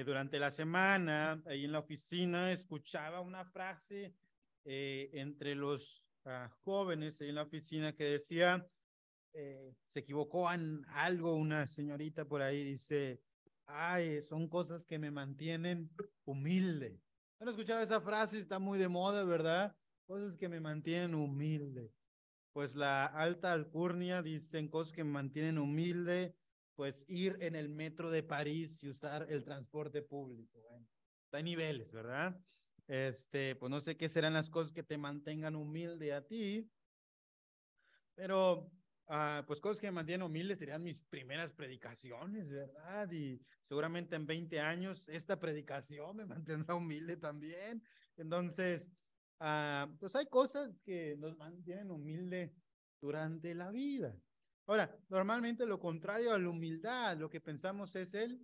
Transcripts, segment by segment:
durante la semana, ahí en la oficina, escuchaba una frase entre los jóvenes ahí en la oficina que decía, se equivocó en algo, una señorita por ahí dice, ay, son cosas que me mantienen humilde. ¿Han escuchado esa frase? Está muy de moda, ¿verdad? Cosas que me mantienen humilde. Pues la alta alcurnia dicen cosas que me mantienen humilde, pues ir en el metro de París y usar el transporte público. Bueno, hay niveles, ¿verdad? Pues no sé qué serán las cosas que te mantengan humilde a ti, pero pues cosas que me mantienen humilde serían mis primeras predicaciones, ¿verdad? Y seguramente en 20 años esta predicación me mantendrá humilde también. Entonces, pues hay cosas que nos mantienen humilde durante la vida. Ahora, normalmente lo contrario a la humildad, lo que pensamos es el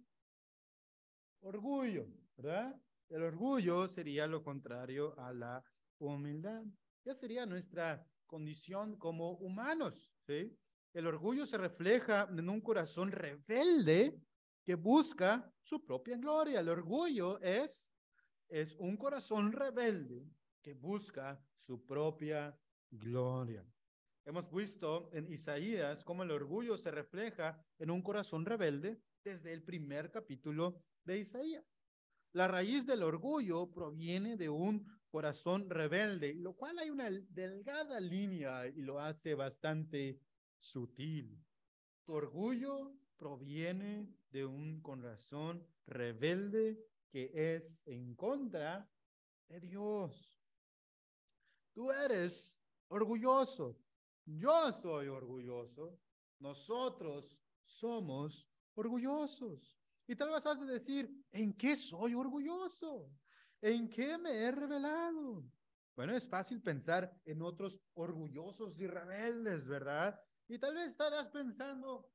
orgullo, ¿verdad? El orgullo sería lo contrario a la humildad. Ya sería nuestra condición como humanos, ¿sí? El orgullo se refleja en un corazón rebelde que busca su propia gloria. El orgullo es un corazón rebelde que busca su propia gloria. Hemos visto en Isaías cómo el orgullo se refleja en un corazón rebelde desde el primer capítulo de Isaías. La raíz del orgullo proviene de un corazón rebelde, lo cual hay una delgada línea y lo hace bastante sutil. Tu orgullo proviene de un corazón rebelde que es en contra de Dios. Tú eres orgulloso. Yo soy orgulloso. Nosotros somos orgullosos. Y tal vez has de decir, ¿en qué soy orgulloso? ¿En qué me he revelado? Bueno, es fácil pensar en otros orgullosos y rebeldes, ¿verdad? Y tal vez estarás pensando,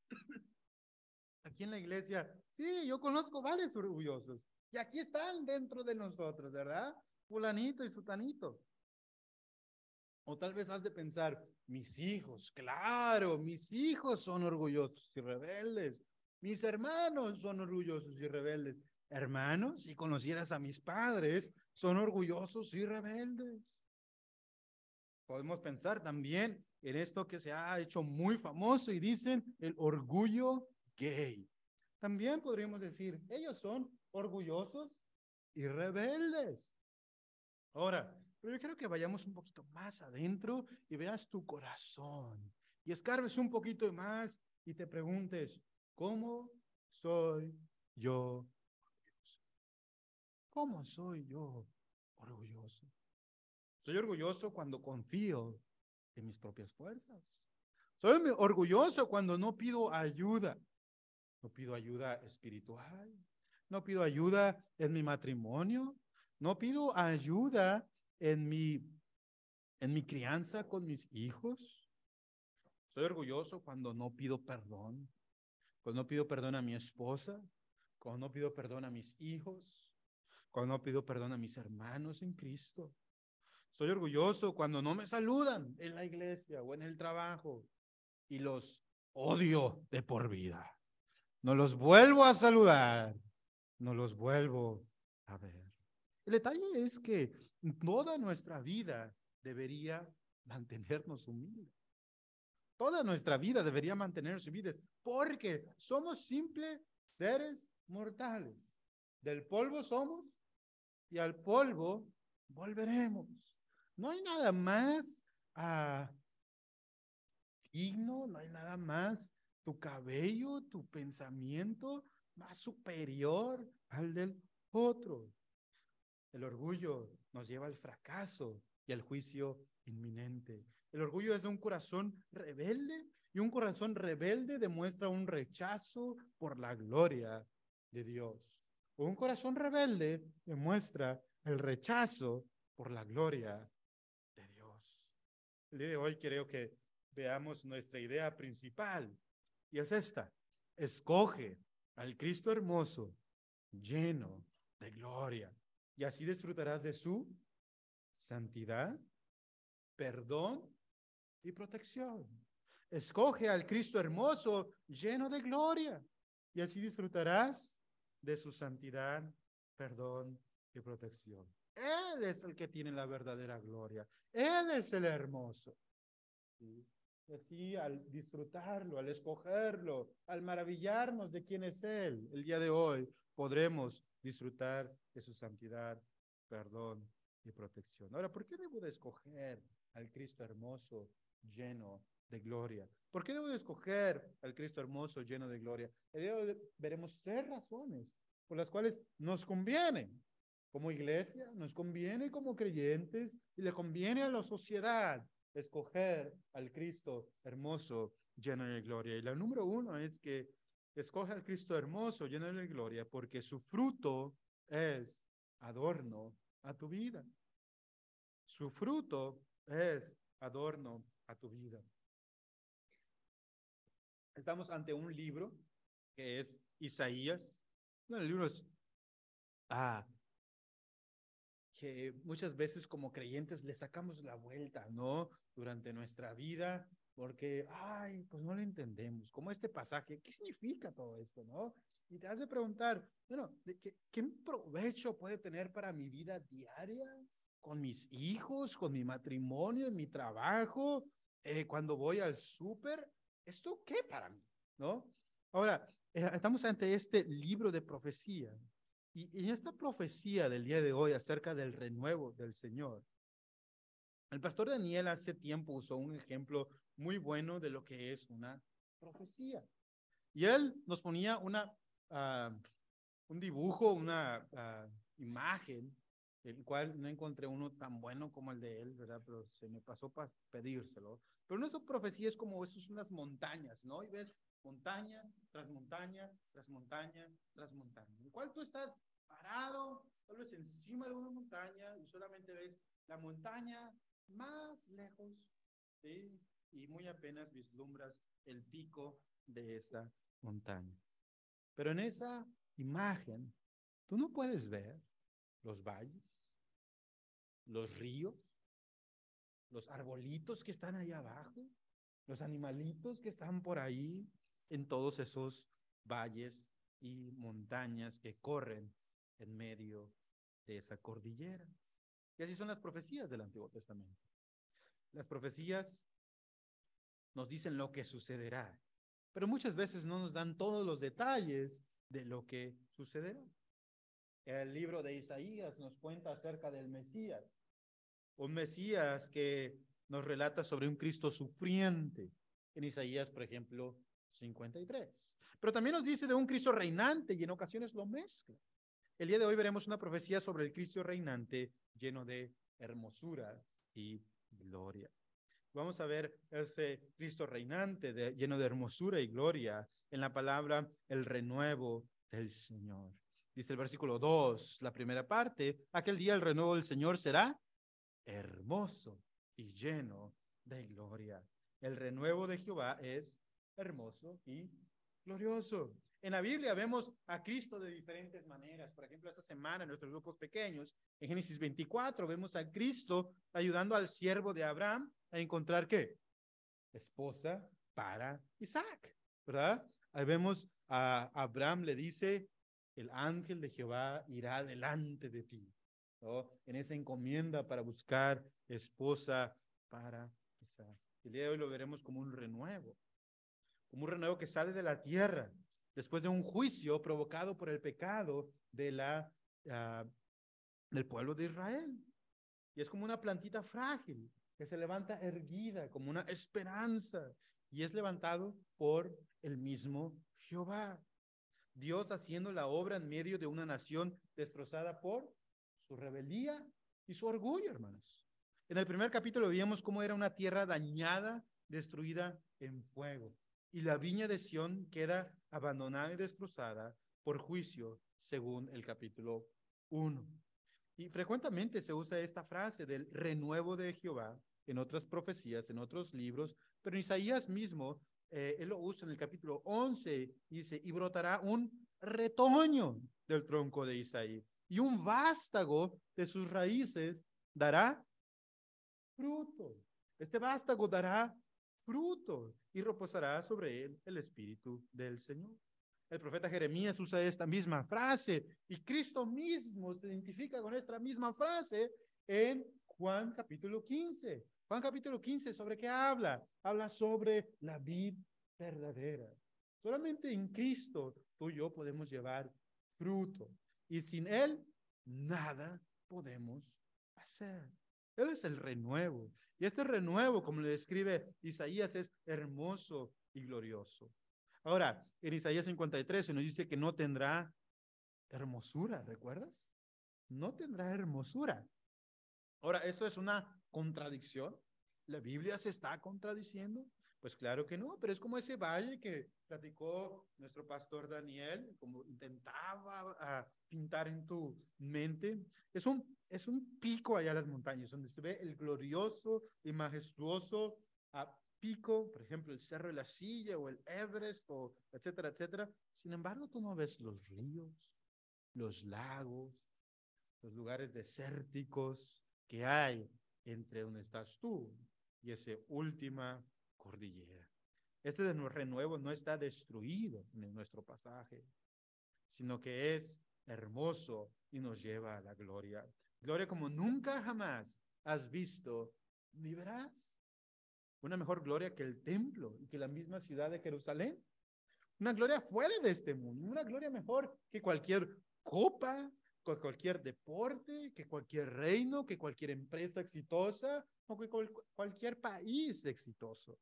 aquí en la iglesia, sí, yo conozco varios orgullosos. Y aquí están dentro de nosotros, ¿verdad? Fulanito y sutanito. O tal vez has de pensar, mis hijos, claro, mis hijos son orgullosos y rebeldes. Mis hermanos son orgullosos y rebeldes. Hermanos, si conocieras a mis padres, son orgullosos y rebeldes. Podemos pensar también en esto que se ha hecho muy famoso y dicen el orgullo gay. También podríamos decir, ellos son orgullosos y rebeldes. Ahora, pero yo quiero que vayamos un poquito más adentro y veas tu corazón y escarbes un poquito más y te preguntes, ¿cómo soy yo orgulloso? ¿Cómo soy yo orgulloso? Soy orgulloso cuando confío en mis propias fuerzas. Soy orgulloso cuando no pido ayuda. No pido ayuda espiritual. No pido ayuda en mi matrimonio. No pido ayuda en mi crianza con mis hijos. Soy orgulloso cuando no pido perdón, cuando no pido perdón a mi esposa, cuando no pido perdón a mis hijos, cuando no pido perdón a mis hermanos en Cristo. Soy orgulloso cuando no me saludan en la iglesia o en el trabajo y los odio de por vida. No los vuelvo a saludar, no los vuelvo a ver. El detalle es que toda nuestra vida debería mantenernos humildes. Toda nuestra vida debería mantenernos humildes porque somos simples seres mortales. Del polvo somos y al polvo volveremos. No hay nada más digno, no hay nada más tu cabello, tu pensamiento más superior al del otro. El orgullo nos lleva al fracaso y al juicio inminente. El orgullo es de un corazón rebelde y un corazón rebelde demuestra un rechazo por la gloria de Dios. Un corazón rebelde demuestra el rechazo por la gloria de Dios. El día de hoy creo que veamos nuestra idea principal y es esta. Escoge al Cristo hermoso, lleno de gloria, y así disfrutarás de su santidad, perdón y protección. Escoge al Cristo hermoso, lleno de gloria, y así disfrutarás de su santidad, perdón y protección. Él es el que tiene la verdadera gloria. Él es el hermoso. ¿Sí? Y así al disfrutarlo, al escogerlo, al maravillarnos de quién es Él, el día de hoy podremos disfrutar de su santidad, perdón y protección. Ahora, ¿por qué debo de escoger al Cristo hermoso lleno de gloria? ¿Por qué debo de escoger al Cristo hermoso lleno de gloria? El día de hoy veremos tres razones por las cuales nos conviene como iglesia, nos conviene como creyentes y le conviene a la sociedad escoger al Cristo hermoso lleno de gloria. Y la número uno es que escoge al Cristo hermoso lleno de gloria porque su fruto es adorno a tu vida. Su fruto es adorno a tu vida. Estamos ante un libro que es Isaías. Bueno, el libro es ah, que muchas veces como creyentes le sacamos la vuelta, ¿no? Durante nuestra vida, porque, ay, pues no lo entendemos. Como este pasaje, ¿qué significa todo esto, no? Y te has de preguntar, bueno, ¿qué provecho puede tener para mi vida diaria? Con mis hijos, con mi matrimonio, en mi trabajo, cuando voy al súper. ¿Esto qué para mí? ¿No? Ahora, estamos ante este libro de profecía. Y en esta profecía del día de hoy acerca del renuevo del Señor, el pastor Daniel hace tiempo usó un ejemplo muy bueno de lo que es una profecía. Y él nos ponía un dibujo, una imagen, el cual no encontré uno tan bueno como el de él, ¿verdad? Pero se me pasó para pedírselo. Pero no son profecías como esas, unas montañas, ¿no? Y ves montaña tras montaña, tras montaña, tras montaña. En el cual tú estás parado, tal vez encima de una montaña y solamente ves la montaña más lejos, ¿sí? Y muy apenas vislumbras el pico de esa montaña. Pero en esa imagen, tú no puedes ver los valles, los ríos, los arbolitos que están allá abajo, los animalitos que están por ahí en todos esos valles y montañas que corren en medio de esa cordillera. Y así son las profecías del Antiguo Testamento. Las profecías nos dicen lo que sucederá, pero muchas veces no nos dan todos los detalles de lo que sucederá. El libro de Isaías nos cuenta acerca del Mesías, un Mesías que nos relata sobre un Cristo sufriente, en Isaías, por ejemplo, 53. Pero también nos dice de un Cristo reinante y en ocasiones lo mezcla. El día de hoy veremos una profecía sobre el Cristo reinante lleno de hermosura y gloria. Vamos a ver ese Cristo reinante lleno de hermosura y gloria en la palabra el renuevo del Señor. Dice el versículo 2, la primera parte, aquel día el renuevo del Señor será hermoso y lleno de gloria. El renuevo de Jehová es hermoso y glorioso. En la Biblia vemos a Cristo de diferentes maneras. Por ejemplo, esta semana en nuestros grupos pequeños, en Génesis 24, vemos a Cristo ayudando al siervo de Abraham a encontrar ¿qué? Esposa para Isaac, ¿verdad? Ahí vemos a Abraham le dice, el ángel de Jehová irá delante de ti, ¿no? En esa encomienda para buscar esposa para Isaac. El día de hoy lo veremos como un renuevo que sale de la tierra después de un juicio provocado por el pecado uh, del pueblo de Israel. Y es como una plantita frágil que se levanta erguida como una esperanza y es levantado por el mismo Jehová. Dios haciendo la obra en medio de una nación destrozada por su rebeldía y su orgullo, hermanos. En el primer capítulo vimos cómo era una tierra dañada, destruida en fuego. Y la viña de Sión queda abandonada y destrozada por juicio, según el capítulo 1. Y frecuentemente se usa esta frase del renuevo de Jehová en otras profecías, en otros libros, pero en Isaías mismo, él lo usa en el capítulo 11, dice, y brotará un retoño del tronco de Isaí, y un vástago de sus raíces dará fruto. Este vástago dará fruto y reposará sobre él el Espíritu del Señor. El profeta Jeremías usa esta misma frase y Cristo mismo se identifica con esta misma frase en Juan capítulo 15. Juan capítulo 15, ¿sobre qué habla? Habla sobre la vid verdadera. Solamente en Cristo tú y yo podemos llevar fruto y sin Él nada podemos hacer. Él es el renuevo. Y este renuevo, como le describe Isaías, es hermoso y glorioso. Ahora, en Isaías 53 se nos dice que no tendrá hermosura, ¿recuerdas? No tendrá hermosura. Ahora, ¿esto es una contradicción? ¿La Biblia se está contradiciendo? Pues claro que no, pero es como ese valle que platicó nuestro pastor Daniel, como intentaba pintar en tu mente. Es un pico allá en las montañas, donde se ve el glorioso y majestuoso pico, por ejemplo, el Cerro de la Silla o el Everest, o etcétera, etcétera. Sin embargo, tú no ves los ríos, los lagos, los lugares desérticos que hay entre donde estás tú y esa última cordillera. Este renuevo no está destruido en nuestro pasaje, sino que es hermoso y nos lleva a la gloria. Gloria como nunca jamás has visto ni verás. Una mejor gloria que el templo y que la misma ciudad de Jerusalén. Una gloria fuera de este mundo, una gloria mejor que cualquier copa, que cualquier deporte, que cualquier reino, que cualquier empresa exitosa o que cualquier país exitoso.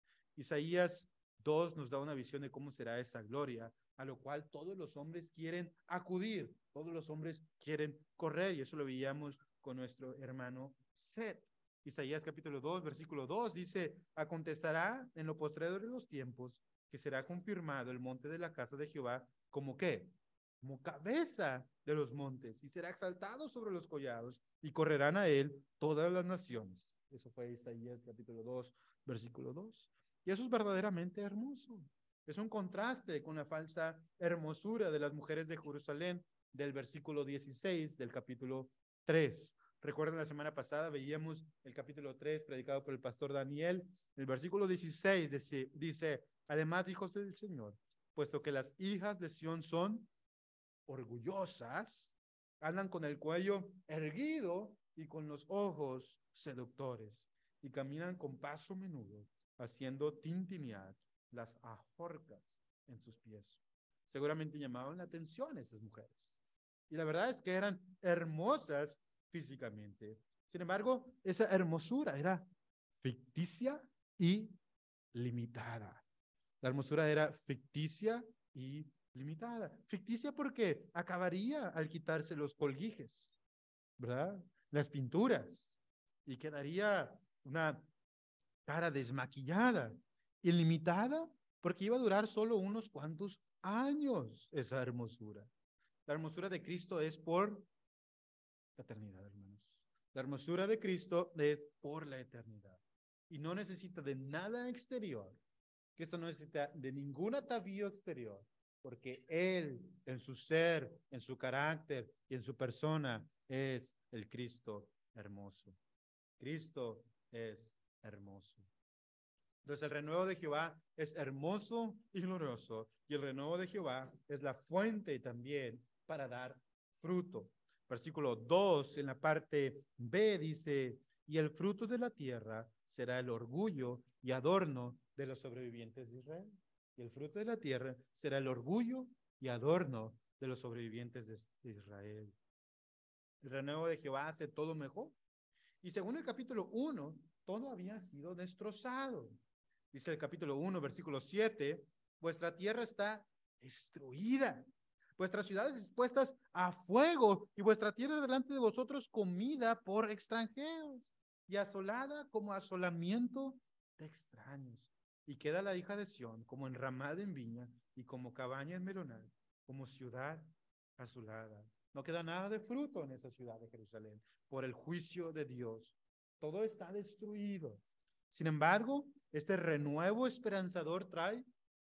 Isaías 2 nos da una visión de cómo será esa gloria, a lo cual todos los hombres quieren acudir, todos los hombres quieren correr, y eso lo veíamos con nuestro hermano Seth. Isaías capítulo 2, versículo 2 dice: acontecerá en lo postrero de los tiempos que será confirmado el monte de la casa de Jehová como ¿qué? Como cabeza de los montes, y será exaltado sobre los collados, y correrán a él todas las naciones. Eso fue Isaías capítulo 2, versículo 2. Y eso es verdaderamente hermoso. Es un contraste con la falsa hermosura de las mujeres de Jerusalén del versículo 16 del capítulo 3. Recuerden, la semana pasada veíamos el capítulo 3 predicado por el pastor Daniel. El versículo 16 dice: además, hijos del Señor, puesto que las hijas de Sión son orgullosas, andan con el cuello erguido y con los ojos seductores, y caminan con paso menudo, haciendo tintinear las ahorcas en sus pies. Seguramente llamaban la atención esas mujeres. Y la verdad es que eran hermosas físicamente. Sin embargo, esa hermosura era ficticia y limitada. La hermosura era ficticia y limitada. Ficticia porque acabaría al quitarse los colguijes, ¿verdad? Las pinturas, y quedaría una cara desmaquillada. Ilimitada porque iba a durar solo unos cuantos años esa hermosura. La hermosura de Cristo es por la eternidad, hermanos. La hermosura de Cristo es por la eternidad. Y no necesita de nada exterior, que esto no necesita de ningún atavío exterior, porque Él, en su ser, en su carácter y en su persona, es el Cristo hermoso. Cristo es hermoso. Entonces el renuevo de Jehová es hermoso y glorioso, y el renuevo de Jehová es la fuente también para dar fruto. Versículo 2 en la parte B dice: y el fruto de la tierra será el orgullo y adorno de los sobrevivientes de Israel. Y el fruto de la tierra será el orgullo y adorno de los sobrevivientes de Israel. El renuevo de Jehová hace todo mejor. Y según el capítulo 1, todo había sido destrozado. Dice el capítulo 1, versículo 7, vuestra tierra está destruida, vuestras ciudades expuestas a fuego, y vuestra tierra delante de vosotros comida por extranjeros, y asolada como asolamiento de extraños. Y queda la hija de Sión como enramada en viña, y como cabaña en melonal, como ciudad asolada. No queda nada de fruto en esa ciudad de Jerusalén por el juicio de Dios. Todo está destruido. Sin embargo, este renuevo esperanzador trae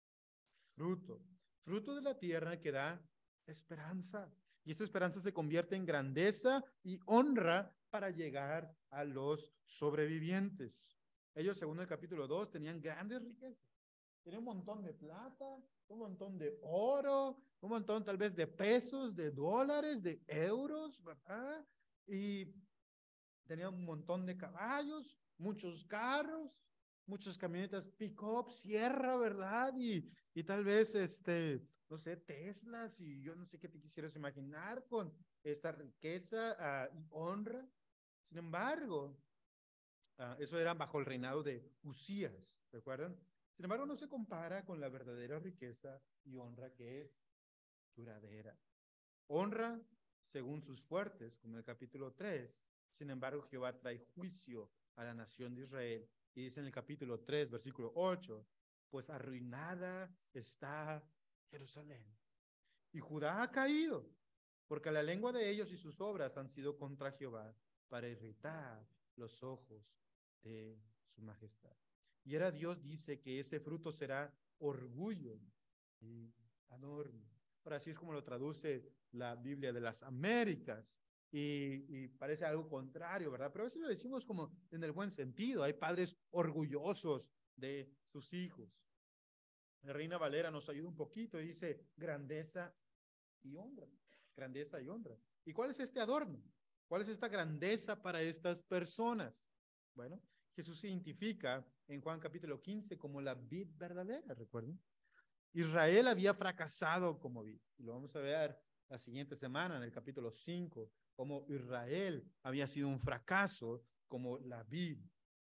fruto, fruto de la tierra que da esperanza. Y esta esperanza se convierte en grandeza y honra para llegar a los sobrevivientes. Ellos, según el capítulo 2, tenían grandes riquezas. Tenía un montón de plata, un montón de oro, un montón tal vez de pesos, de dólares, de euros, ¿verdad? Y tenía un montón de caballos, muchos carros, muchas camionetas pick-up, sierra, ¿verdad? Y tal vez, no sé, Teslas y yo no sé qué te quisieras imaginar con esta riqueza y honra. Sin embargo, eso era bajo el reinado de Usías, ¿recuerdan? Sin embargo, no se compara con la verdadera riqueza y honra que es duradera. Honra según sus fuertes, como en el capítulo 3. Sin embargo, Jehová trae juicio a la nación de Israel. Y dice en el capítulo 3, versículo 8, pues arruinada está Jerusalén. Y Judá ha caído, porque la lengua de ellos y sus obras han sido contra Jehová para irritar los ojos de su majestad. Y era Dios dice que ese fruto será orgullo y enorme. Ahora así es como lo traduce la Biblia de las Américas. Y parece algo contrario, ¿verdad? Pero a veces lo decimos como en el buen sentido. Hay padres orgullosos de sus hijos. La Reina Valera nos ayuda un poquito y dice grandeza y honra. Grandeza y honra. ¿Y cuál es este adorno? ¿Cuál es esta grandeza para estas personas? Bueno, Jesús se identifica en Juan capítulo 15 como la vid verdadera, ¿recuerdan? Israel había fracasado como vid. Y lo vamos a ver la siguiente semana en el capítulo 5, como Israel había sido un fracaso como la vid.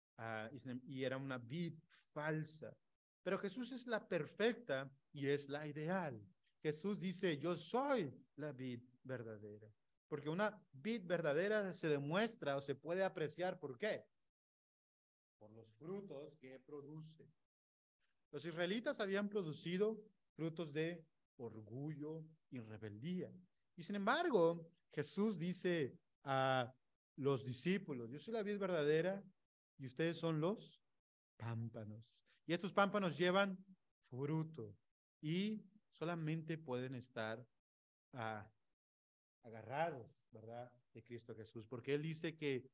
Y era una vid falsa. Pero Jesús es la perfecta y es la ideal. Jesús dice, yo soy la vid verdadera. Porque una vid verdadera se demuestra o se puede apreciar, ¿por qué? Por los frutos que produce. Los israelitas habían producido frutos de orgullo y rebeldía. Y sin embargo, Jesús dice a los discípulos, yo soy la vid verdadera y ustedes son los pámpanos. Y estos pámpanos llevan fruto y solamente pueden estar uh, agarrados, ¿verdad? De Cristo Jesús, porque Él dice que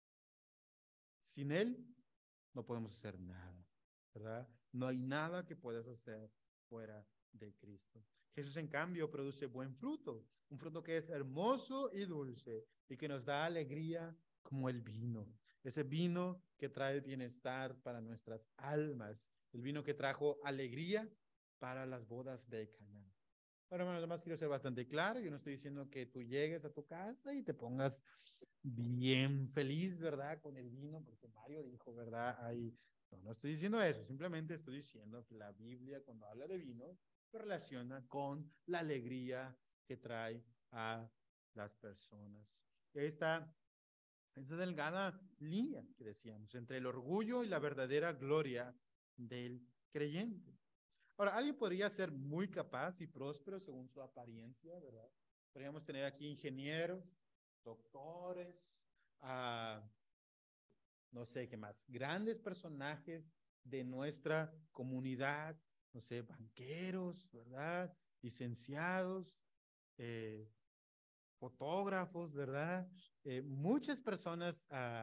sin Él no podemos hacer nada, ¿verdad? No hay nada que puedas hacer fuera de Cristo. Jesús, en cambio, produce buen fruto, un fruto que es hermoso y dulce y que nos da alegría como el vino. Ese vino que trae bienestar para nuestras almas, el vino que trajo alegría para las bodas de Caná. Bueno, hermano, además quiero ser bastante claro. Yo no estoy diciendo que tú llegues a tu casa y te pongas bien feliz, ¿verdad? Con el vino, porque Mario dijo, ¿verdad? Ahí, no, no estoy diciendo eso. Simplemente estoy diciendo que la Biblia, cuando habla de vino, lo relaciona con la alegría que trae a las personas. Y ahí está esa delgada línea que decíamos entre el orgullo y la verdadera gloria del creyente. Ahora, alguien podría ser muy capaz y próspero según su apariencia, ¿verdad? Podríamos tener aquí ingenieros, doctores, uh, no sé qué más, grandes personajes de nuestra comunidad, no sé, banqueros, ¿verdad? Licenciados, eh, fotógrafos, ¿verdad? Muchas personas,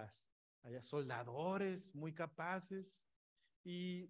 soldadores muy capaces y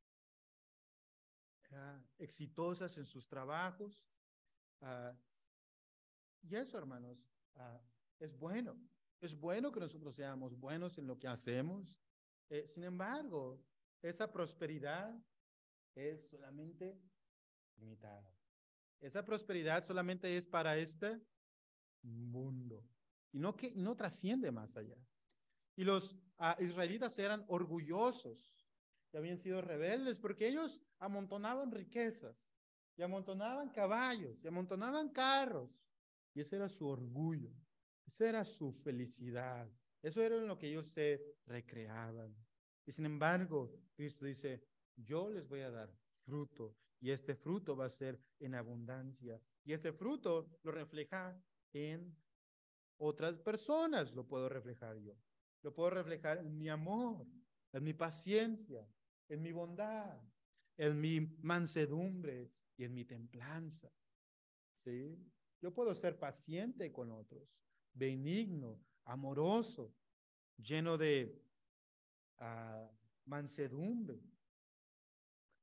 exitosas en sus trabajos. Uh, y eso, hermanos, uh, es bueno. Es bueno que nosotros seamos buenos en lo que hacemos. Sin embargo, esa prosperidad es solamente limitada. Esa prosperidad solamente es para este mundo y no trasciende más allá. Y los israelitas eran orgullosos y habían sido rebeldes porque ellos amontonaban riquezas y amontonaban caballos y amontonaban carros. Y ese era su orgullo, esa era su felicidad, eso era en lo que ellos se recreaban. Y sin embargo, Cristo dice, yo les voy a dar fruto y este fruto va a ser en abundancia. Y este fruto lo refleja en otras personas, lo puedo reflejar yo. Lo puedo reflejar en mi amor, en mi paciencia, en mi bondad, en mi mansedumbre y en mi templanza. ¿Sí? Yo puedo ser paciente con otros, benigno, amoroso, lleno de mansedumbre.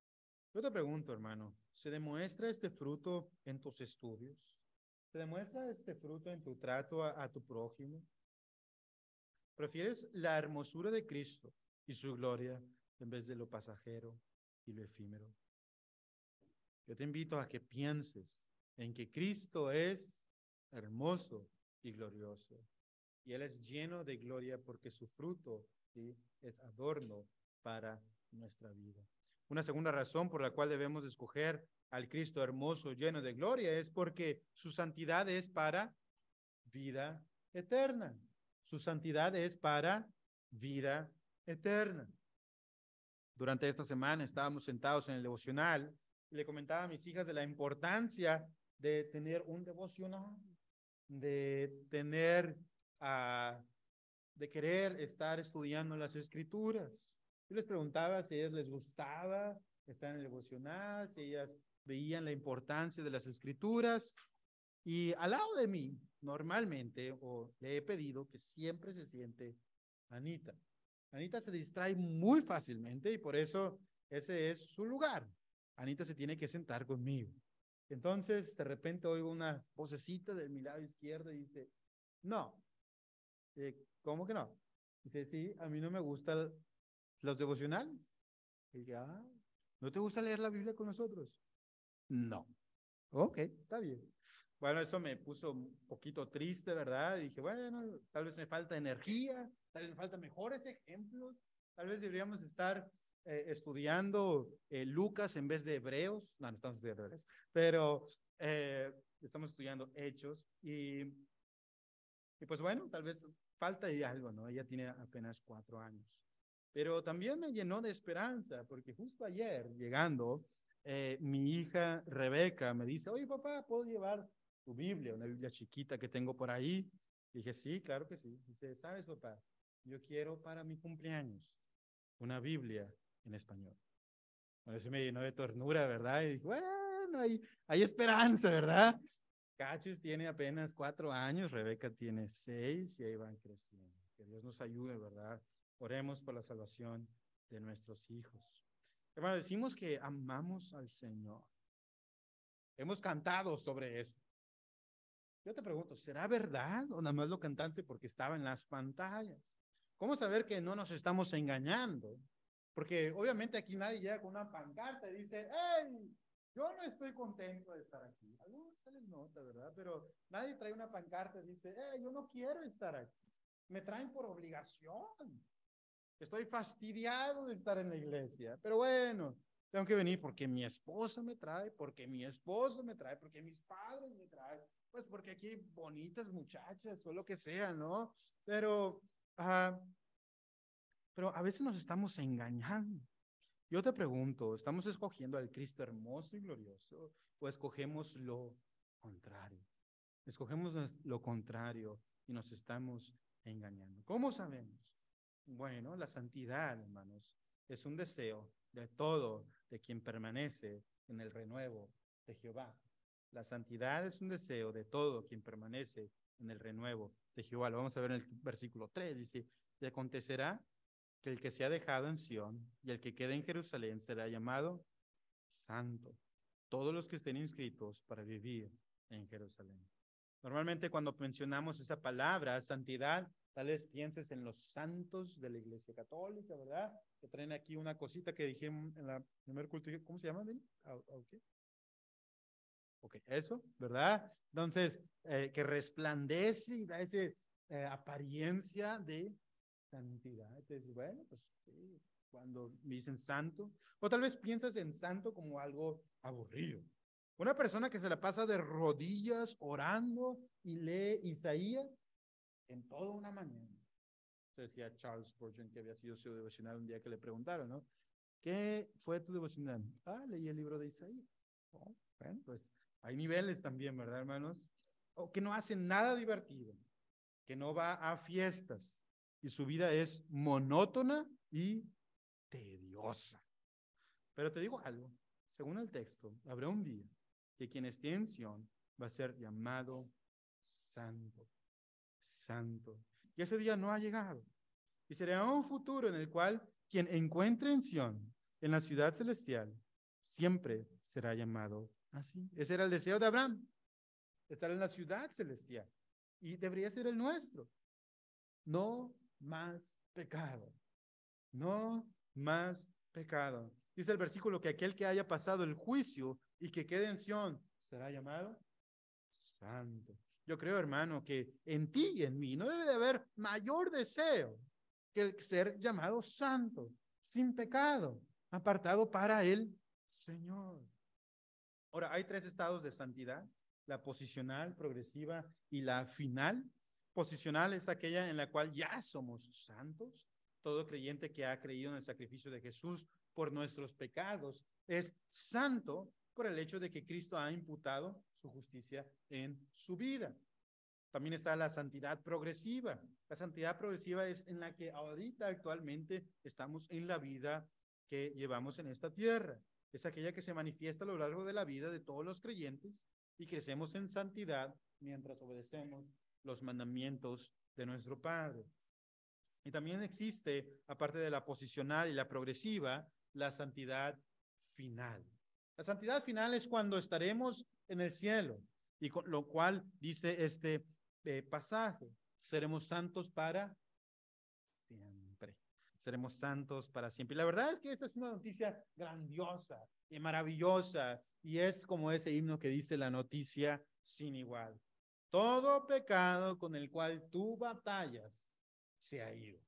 Yo te pregunto, hermano, ¿se demuestra este fruto en tus estudios? ¿Se demuestra este fruto en tu trato a tu prójimo? ¿Prefieres la hermosura de Cristo y su gloria en vez de lo pasajero y lo efímero? Yo te invito a que pienses en que Cristo es hermoso y glorioso. Y Él es lleno de gloria porque su fruto, ¿sí?, es adorno para nuestra vida. Una segunda razón por la cual debemos escoger al Cristo hermoso, lleno de gloria, es porque su santidad es para vida eterna. Su santidad es para vida eterna. Durante esta semana estábamos sentados en el devocional y le comentaba a mis hijas de la importancia de tener un devocional, de tener, de querer estar estudiando las escrituras. Yo les preguntaba si a ellas les gustaba estar en el devocional, si ellas veían la importancia de las escrituras. Y al lado de mí, normalmente, o le he pedido que siempre se siente Anita. Anita se distrae muy fácilmente y por eso ese es su lugar. Anita se tiene que sentar conmigo. Entonces, de repente oigo una vocecita de mi lado izquierdo y dice, no. ¿Cómo que no? Dice, sí, a mí no me gustan los devocionales. Y dije, ¿no te gusta leer la Biblia con nosotros? No. Ok, está bien. Bueno, eso me puso un poquito triste, ¿verdad? Y dije, bueno, tal vez me falta energía, tal vez me faltan mejores ejemplos, tal vez deberíamos estar estudiando Lucas en vez de Hebreos. No, no estamos estudiando Hebreos, pero estamos estudiando Hechos. Y pues bueno, tal vez falta ahí algo, ¿no? Ella tiene apenas 4 años. Pero también me llenó de esperanza, porque justo ayer, llegando, mi hija Rebeca me dice, oye papá, ¿puedo llevar tu Biblia, una Biblia chiquita que tengo por ahí? Dije, sí, claro que sí. Dice, ¿sabes papá? Yo quiero para mi cumpleaños una Biblia en español. Bueno, eso me llenó de ternura, ¿verdad? Y dije, bueno, hay esperanza, ¿verdad? Cachis tiene apenas 4 años, Rebeca tiene 6 y ahí van creciendo. Que Dios nos ayude, ¿verdad? Oremos por la salvación de nuestros hijos. Hermano, decimos que amamos al Señor. Hemos cantado sobre esto. Yo te pregunto, ¿será verdad o nada más lo cantaste porque estaba en las pantallas? ¿Cómo saber que no nos estamos engañando? Porque obviamente aquí nadie llega con una pancarta y dice, ¡hey! Yo no estoy contento de estar aquí. Algunos se les nota, ¿verdad? Pero nadie trae una pancarta y dice, ¡hey! Yo no quiero estar aquí. Me traen por obligación. Estoy fastidiado de estar en la iglesia. Pero bueno, tengo que venir porque mi esposa me trae, porque mi esposo me trae, porque mis padres me traen. Pues porque aquí hay bonitas muchachas o lo que sea, ¿no? Pero, uh, pero a veces nos estamos engañando. Yo te pregunto, ¿estamos escogiendo al Cristo hermoso y glorioso o escogemos lo contrario? Escogemos lo contrario y nos estamos engañando. ¿Cómo sabemos? Bueno, la santidad, hermanos, es un deseo de todo de quien permanece en el renuevo de Jehová. La santidad es un deseo de todo quien permanece en el renuevo de Jehová. Lo vamos a ver en el versículo 3. Dice, y acontecerá que el que se ha dejado en Sión y el que quede en Jerusalén será llamado santo. Todos los que estén inscritos para vivir en Jerusalén. Normalmente cuando mencionamos esa palabra, santidad, tal vez pienses en los santos de la Iglesia Católica, ¿verdad? Que traen aquí una cosita que dije en la primer culto. ¿Cómo se llama, Dani? ¿Okay? Ok, eso, ¿verdad? Entonces, que resplandece y da esa apariencia de santidad. Entonces, bueno, pues sí, cuando me dicen santo, o tal vez piensas en santo como algo aburrido. Una persona que se la pasa de rodillas orando y lee Isaías en toda una mañana. Eso decía Charles Spurgeon, que había sido su devocional un día que le preguntaron, ¿no? ¿Qué fue tu devocional? Leí el libro de Isaías. Oh, bueno, pues hay niveles también, ¿verdad, hermanos? O que no hacen nada divertido, que no va a fiestas y su vida es monótona y tediosa. Pero te digo algo, según el texto, habrá un día que quien esté en Sión va a ser llamado santo, santo. Y ese día no ha llegado. Y será un futuro en el cual quien encuentre en Sión, en la ciudad celestial, siempre será llamado así. Ese era el deseo de Abraham, estar en la ciudad celestial. Y debería ser el nuestro. No más pecado. No más pecado. Dice el versículo que aquel que haya pasado el juicio y que quede en Sión será llamado santo. Yo creo, hermano, que en ti y en mí no debe de haber mayor deseo que el ser llamado santo, sin pecado, apartado para el Señor. Ahora, hay tres estados de santidad: la posicional, progresiva y la final. Posicional es aquella en la cual ya somos santos. Todo creyente que ha creído en el sacrificio de Jesús por nuestros pecados es santo por el hecho de que Cristo ha imputado su justicia en su vida. También está la santidad progresiva. La santidad progresiva es en la que ahorita actualmente estamos en la vida que llevamos en esta tierra. Es aquella que se manifiesta a lo largo de la vida de todos los creyentes y crecemos en santidad mientras obedecemos los mandamientos de nuestro Padre. Y también existe, aparte de la posicional y la progresiva, la santidad final. La santidad final es cuando estaremos en el cielo, y con lo cual dice este pasaje: seremos santos para siempre. Seremos santos para siempre. Y la verdad es que esta es una noticia grandiosa y maravillosa, y es como ese himno que dice: la noticia sin igual. Todo pecado con el cual tú batallas se ha ido.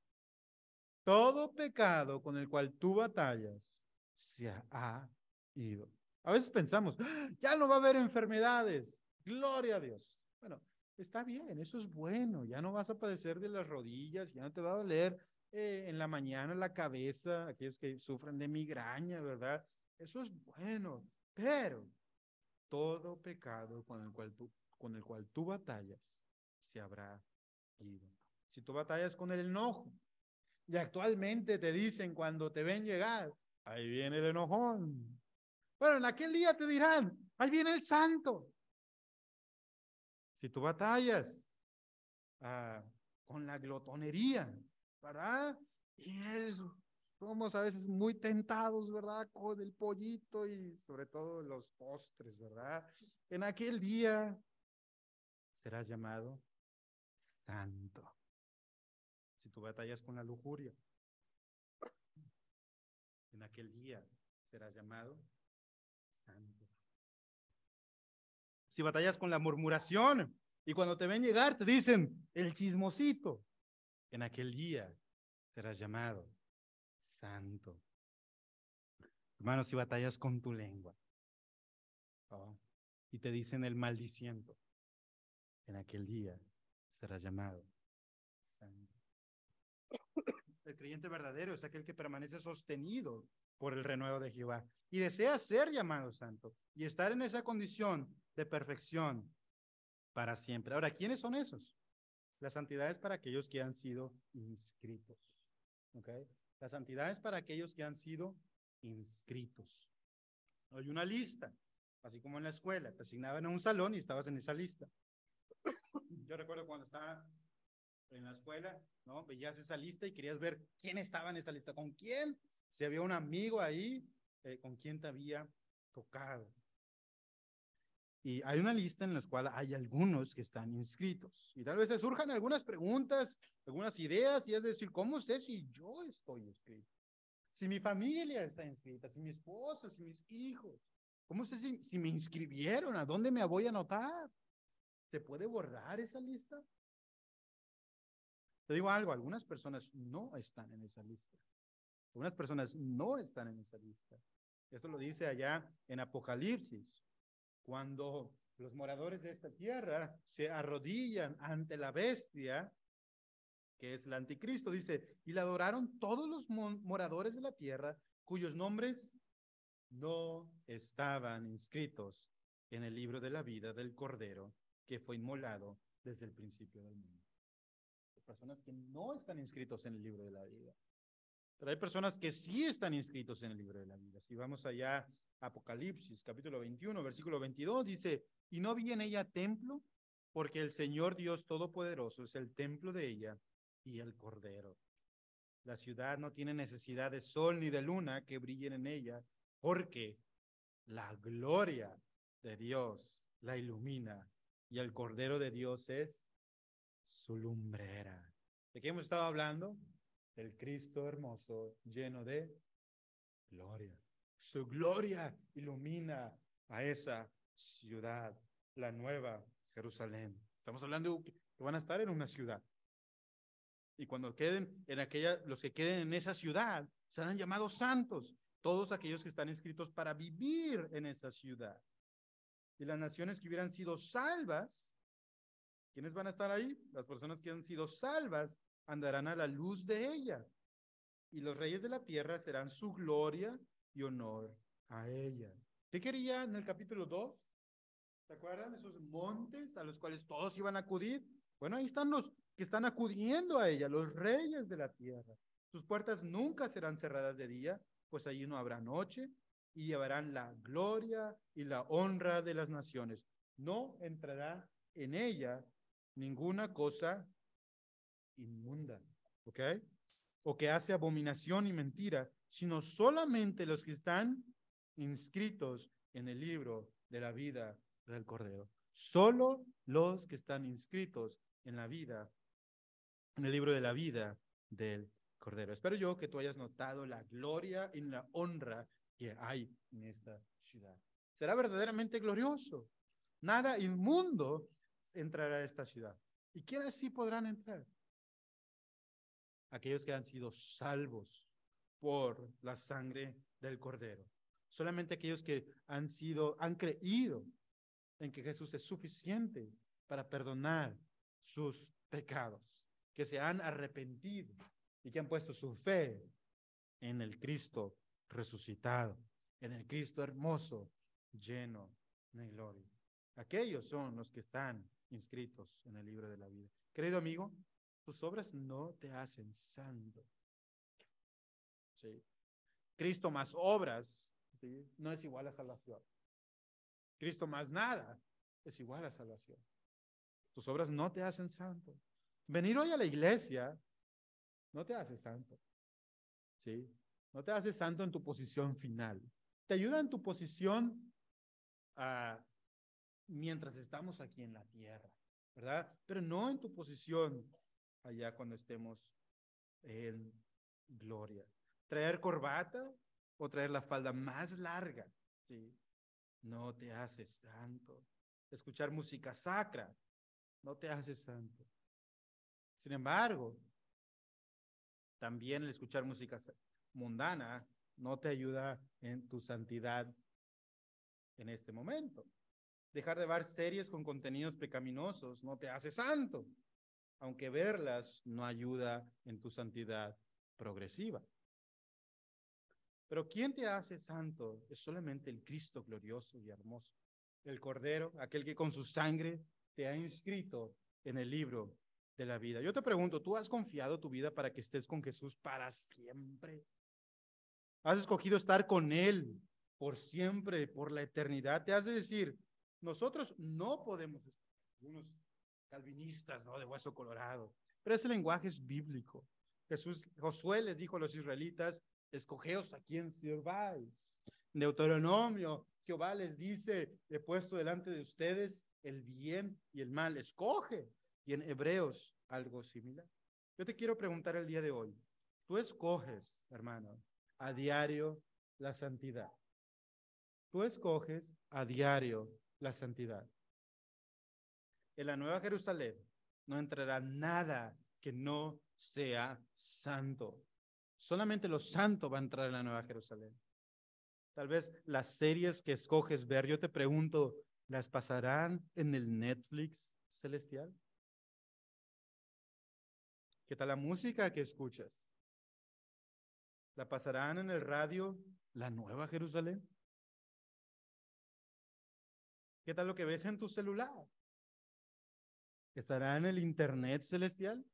Todo pecado con el cual tú batallas se ha ido. A veces pensamos, ya no va a haber enfermedades. Gloria a Dios. Bueno, está bien, eso es bueno. Ya no vas a padecer de las rodillas, ya no te va a doler en la mañana la cabeza, aquellos que sufren de migraña, ¿verdad? Eso es bueno. Pero todo pecado con el cual tú batallas se habrá ido. Si tú batallas con el enojo, y actualmente te dicen cuando te ven llegar: ahí viene el enojón. Bueno, en aquel día te dirán: ahí viene el santo. Si tú batallas ah, con la glotonería, ¿verdad? Y somos a veces muy tentados, ¿verdad? Con el pollito y sobre todo los postres, ¿verdad? En aquel día serás llamado santo. Si tú batallas con la lujuria, en aquel día serás llamado santo. Si batallas con la murmuración y cuando te ven llegar te dicen: el chismosito, en aquel día serás llamado santo. Hermano, si batallas con tu lengua, ¿no?, y te dicen el maldiciento, en aquel día serás llamado santo. El creyente verdadero es aquel que permanece sostenido por el renuevo de Jehová y desea ser llamado santo y estar en esa condición de perfección para siempre. Ahora, ¿quiénes son esos? La santidad es para aquellos que han sido inscritos. ¿Okay? La santidad es para aquellos que han sido inscritos. Hay una lista, así como en la escuela, te asignaban a un salón y estabas en esa lista. Yo recuerdo cuando estaba en la escuela, ¿no? Veías esa lista y querías ver quién estaba en esa lista, con quién, si había un amigo ahí, con quién te había tocado. Y hay una lista en la cual hay algunos que están inscritos. Y tal vez se surjan algunas preguntas, algunas ideas, y es decir, ¿cómo sé si yo estoy inscrito? Si mi familia está inscrita, si mi esposa, si mis hijos. ¿Cómo sé si me inscribieron? ¿A dónde me voy a anotar? ¿Se puede borrar esa lista? Te digo algo, algunas personas no están en esa lista. Algunas personas no están en esa lista. Eso lo dice allá en Apocalipsis, cuando los moradores de esta tierra se arrodillan ante la bestia, que es el anticristo, dice: y la adoraron todos los moradores de la tierra cuyos nombres no estaban inscritos en el libro de la vida del Cordero que fue inmolado desde el principio del mundo. Hay personas que no están inscritos en el libro de la vida, pero hay personas que sí están inscritos en el libro de la vida. Si vamos allá, Apocalipsis, capítulo 21, versículo 22, dice: y no vi en ella templo, porque el Señor Dios Todopoderoso es el templo de ella y el Cordero. La ciudad no tiene necesidad de sol ni de luna que brillen en ella, porque La gloria de Dios la ilumina y el Cordero de Dios es su lumbrera. ¿De qué hemos estado hablando? Del Cristo hermoso, lleno de gloria. Su gloria ilumina a esa ciudad, la nueva Jerusalén. Estamos hablando de que van a estar en una ciudad. Y cuando queden en aquella, los que queden en esa ciudad serán llamados santos, todos aquellos que están inscritos para vivir en esa ciudad. Y las naciones que hubieran sido salvas, ¿quiénes van a estar ahí? Las personas que han sido salvas andarán a la luz de ella. Y los reyes de la tierra serán su gloria y honor a ella. ¿Qué quería en el capítulo 2? ¿Se acuerdan? Esos montes a los cuales todos iban a acudir. Bueno, ahí están los que están acudiendo a ella, los reyes de la tierra. Sus puertas nunca serán cerradas de día, pues allí no habrá noche, y llevarán la gloria y la honra de las naciones. No entrará en ella ninguna cosa inmunda, ¿ok? O que hace abominación y mentira, sino solamente los que están inscritos en el libro de la vida del Cordero. Solo los que están inscritos en la vida, en el libro de la vida del Cordero. Espero yo que tú hayas notado la gloria y la honra que hay en esta ciudad. Será verdaderamente glorioso. Nada inmundo entrará a esta ciudad. ¿Y quiénes sí podrán entrar? Aquellos que han sido salvos por la sangre del Cordero. Solamente aquellos que han creído en que Jesús es suficiente para perdonar sus pecados, que se han arrepentido y que han puesto su fe en el Cristo resucitado, en el Cristo hermoso, lleno de gloria. Aquellos son los que están inscritos en el libro de la vida. Querido amigo, tus obras no te hacen santo. ¿Sí? Cristo más obras, ¿sí?, no es igual a salvación. Cristo más nada es igual a salvación. Tus obras no te hacen santo. Venir hoy a la iglesia no te hace santo. ¿Sí? No te hace santo en tu posición final. Te ayuda en tu posición mientras estamos aquí en la tierra, ¿verdad? Pero no en tu posición allá cuando estemos en gloria. Traer corbata o traer la falda más larga, ¿sí?, no te hace santo. Escuchar música sacra no te hace santo. Sin embargo, también el escuchar música mundana no te ayuda en tu santidad en este momento. Dejar de ver series con contenidos pecaminosos no te hace santo, aunque verlas no ayuda en tu santidad progresiva. Pero ¿quién te hace santo? Es solamente el Cristo glorioso y hermoso, el Cordero, aquel que con su sangre te ha inscrito en el libro de la vida. Yo te pregunto, ¿tú has confiado tu vida para que estés con Jesús para siempre? ¿Has escogido estar con Él por siempre, por la eternidad? Te has de decir, nosotros no podemos, unos calvinistas, ¿no?, de hueso colorado, pero ese lenguaje es bíblico. Josué les dijo a los israelitas, escogeos a quien sirváis. Deuteronomio, Jehová les dice, he puesto delante de ustedes el bien y el mal, escoge. Y en Hebreos algo similar. Yo te quiero preguntar el día de hoy, tú escoges, hermano, a diario la santidad. Tú escoges a diario la santidad. En la Nueva Jerusalén no entrará nada que no sea santo. Solamente lo santo va a entrar en la Nueva Jerusalén. Tal vez las series que escoges ver, yo te pregunto, ¿las pasarán en el Netflix celestial? ¿Qué tal la música que escuchas? ¿La pasarán en el radio la Nueva Jerusalén? ¿Qué tal lo que ves en tu celular? ¿Estará en el Internet celestial?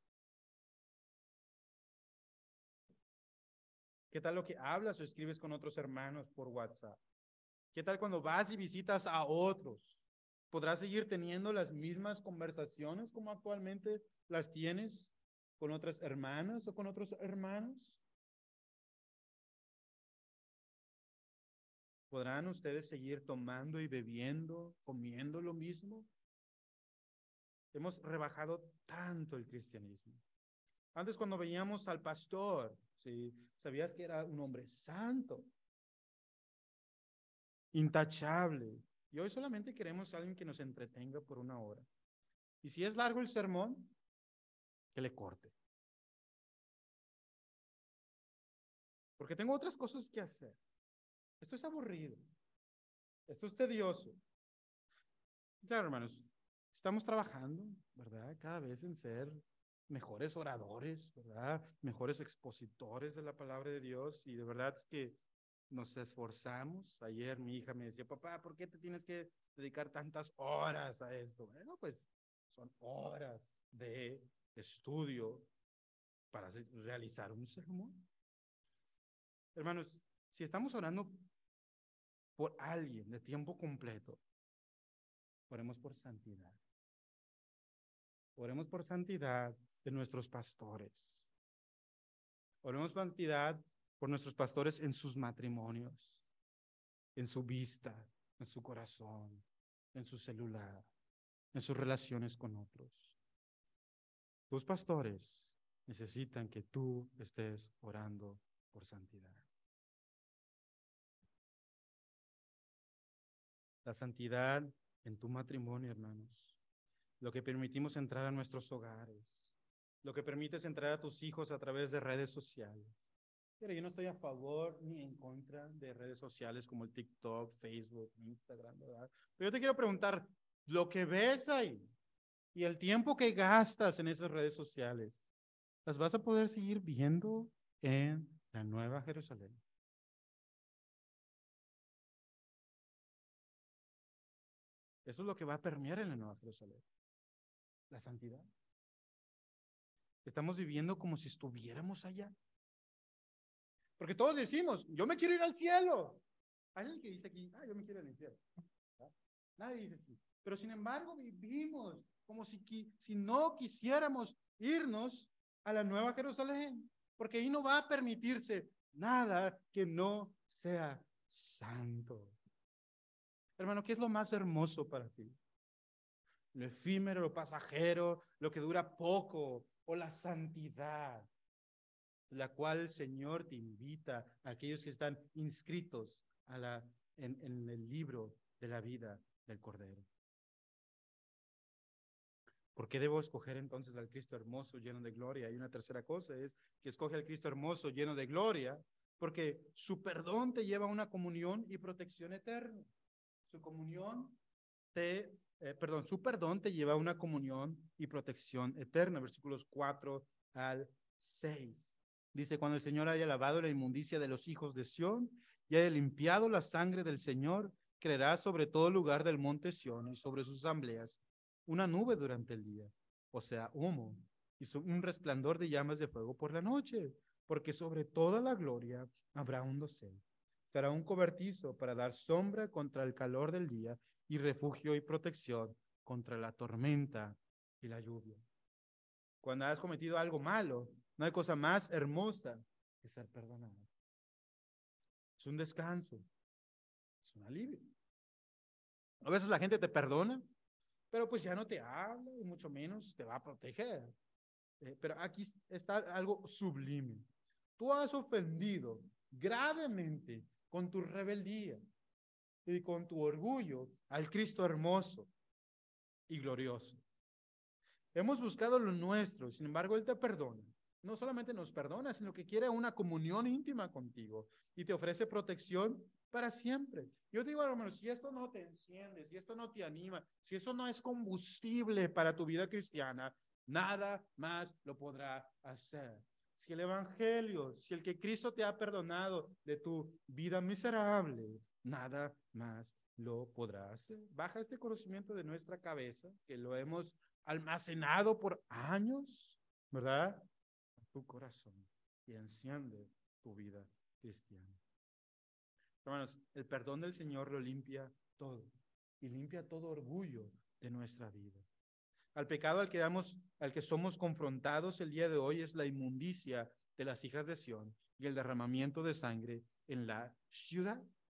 ¿Qué tal lo que hablas o escribes con otros hermanos por WhatsApp? ¿Qué tal cuando vas y visitas a otros? ¿Podrás seguir teniendo las mismas conversaciones como actualmente las tienes con otras hermanas o con otros hermanos? ¿Podrán ustedes seguir tomando y bebiendo, comiendo lo mismo? Hemos rebajado tanto el cristianismo. Antes cuando veíamos al pastor, ¿sí? Sabías que era un hombre santo, intachable. Y hoy solamente queremos a alguien que nos entretenga por una hora. Y si es largo el sermón, que le corte. Porque tengo otras cosas que hacer. Esto es aburrido. Esto es tedioso. Claro, hermanos, estamos trabajando, ¿verdad? Cada vez en ser mejores oradores, ¿verdad? Mejores expositores de la palabra de Dios. Y de verdad es que nos esforzamos. Ayer mi hija me decía, papá, ¿por qué te tienes que dedicar tantas horas a esto? Bueno, pues son horas de estudio para realizar un sermón. Hermanos, si estamos orando por alguien de tiempo completo, oremos por santidad. Oremos por santidad de nuestros pastores. Oremos por santidad por nuestros pastores en sus matrimonios, en su vista, en su corazón, en su celular, en sus relaciones con otros. Tus pastores necesitan que tú estés orando por santidad. La santidad en tu matrimonio, hermanos. Lo que permitimos entrar a nuestros hogares. Lo que permites entrar a tus hijos a través de redes sociales. Pero yo no estoy a favor ni en contra de redes sociales como el TikTok, Facebook, Instagram, ¿verdad? Pero yo te quiero preguntar, lo que ves ahí y el tiempo que gastas en esas redes sociales, ¿las vas a poder seguir viendo en la Nueva Jerusalén? Eso es lo que va a permear en la Nueva Jerusalén, la santidad. Estamos viviendo como si estuviéramos allá. Porque todos decimos, yo me quiero ir al cielo. Hay alguien que dice aquí, yo me quiero ir al infierno. ¿verdad? Nadie dice así. Pero sin embargo vivimos como si no quisiéramos irnos a la Nueva Jerusalén. Porque ahí no va a permitirse nada que no sea santo. Hermano, ¿qué es lo más hermoso para ti? Lo efímero, lo pasajero, lo que dura poco, o la santidad, la cual el Señor te invita a aquellos que están inscritos en el libro de la vida del Cordero. ¿Por qué debo escoger entonces al Cristo hermoso lleno de gloria? Y una tercera cosa es que escoge al Cristo hermoso lleno de gloria, porque su perdón te lleva a una comunión y protección eterna. Su perdón te lleva a una comunión y protección eterna. Versículos 4 al 6. Dice, cuando el Señor haya lavado la inmundicia de los hijos de Sión y haya limpiado la sangre del Señor, creerá sobre todo lugar del monte Sión y sobre sus asambleas una nube durante el día, o sea, humo, y un resplandor de llamas de fuego por la noche, porque sobre toda la gloria habrá un dosel. Será un cobertizo para dar sombra contra el calor del día y refugio y protección contra la tormenta y la lluvia. Cuando has cometido algo malo, no hay cosa más hermosa que ser perdonado. Es un descanso, es un alivio. A veces la gente te perdona, pero pues ya no te habla y mucho menos te va a proteger. Pero aquí está algo sublime. Tú has ofendido gravemente con tu rebeldía y con tu orgullo al Cristo hermoso y glorioso. Hemos buscado lo nuestro, sin embargo, Él te perdona. No solamente nos perdona, sino que quiere una comunión íntima contigo y te ofrece protección para siempre. Yo digo, hermano, si esto no te enciende, si esto no te anima, si eso no es combustible para tu vida cristiana, nada más lo podrá hacer. Si el Evangelio, si el que Cristo te ha perdonado de tu vida miserable, nada más lo podrá hacer. Baja este conocimiento de nuestra cabeza, que lo hemos almacenado por años, ¿verdad? A tu corazón y enciende tu vida cristiana. Hermanos, el perdón del Señor lo limpia todo y limpia todo orgullo de nuestra vida. Al pecado al que somos confrontados el día de hoy es la inmundicia de las hijas de Sión y el derramamiento de sangre en la ciudad.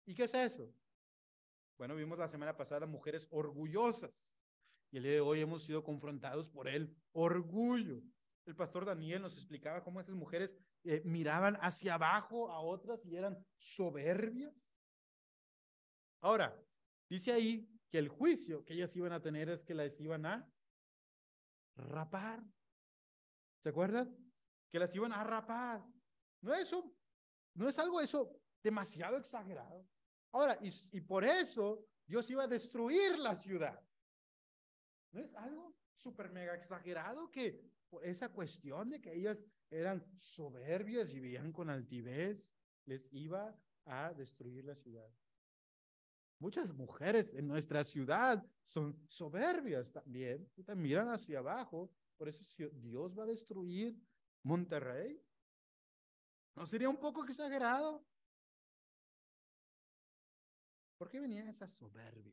¿Y qué es eso? Bueno, vimos la semana pasada mujeres orgullosas y el día de hoy hemos sido confrontados por el orgullo. El pastor Daniel nos explicaba cómo esas mujeres miraban hacia abajo a otras y eran soberbias. Ahora, dice ahí que el juicio que ellas iban a tener es que las iban a rapar. ¿Se acuerdan? Que las iban a rapar. No es eso, no es algo eso demasiado exagerado. Ahora, y por eso Dios iba a destruir la ciudad. ¿No es algo súper mega exagerado que por esa cuestión de que ellas eran soberbias y vivían con altivez, les iba a destruir la ciudad? Muchas mujeres en nuestra ciudad son soberbias también, y también miran hacia abajo. Por eso si Dios va a destruir Monterrey, ¿no sería un poco exagerado? ¿Por qué venía esa soberbia?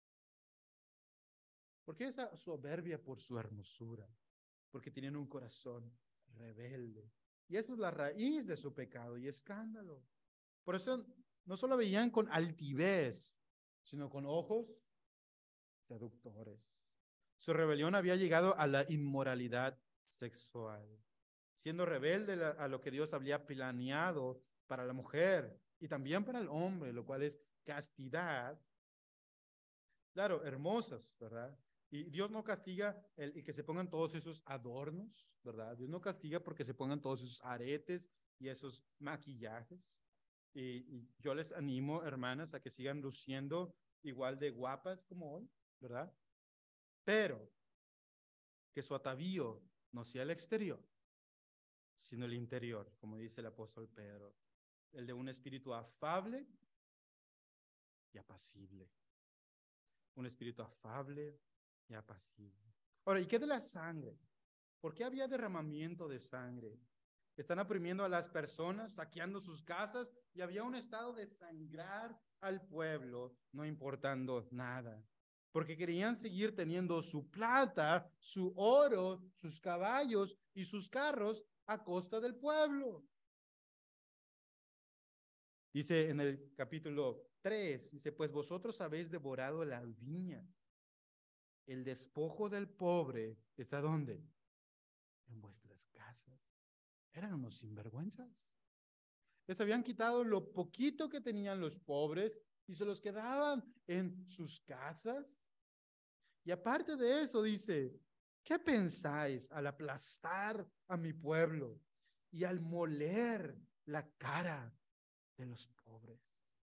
¿Por qué esa soberbia? Por su hermosura, porque tenían un corazón rebelde. Y esa es la raíz de su pecado y escándalo. Por eso no solo veían con altivez, sino con ojos seductores. Su rebelión había llegado a la inmoralidad sexual, siendo rebelde a lo que Dios había planeado para la mujer y también para el hombre, lo cual es castidad. Claro, hermosas, ¿verdad? Y Dios no castiga el que se pongan todos esos adornos, ¿verdad? Dios no castiga porque se pongan todos esos aretes y esos maquillajes. Y yo les animo, hermanas, a que sigan luciendo igual de guapas como hoy, ¿verdad? Pero que su atavío no sea el exterior, sino el interior, como dice el apóstol Pedro, el de un espíritu afable y apacible. Un espíritu afable y apacible. Ahora, ¿y qué de la sangre? ¿Por qué había derramamiento de sangre? Están oprimiendo a las personas, saqueando sus casas, y había un estado de sangrar al pueblo, no importando nada, porque querían seguir teniendo su plata, su oro, sus caballos y sus carros a costa del pueblo. Dice en el capítulo 3, dice, pues vosotros habéis devorado la viña. El despojo del pobre está ¿dónde? En vuestras casas. Eran unos sinvergüenzas. Les habían quitado lo poquito que tenían los pobres y se los quedaban en sus casas. Y aparte de eso, dice, ¿qué pensáis al aplastar a mi pueblo y al moler la cara de los pobres?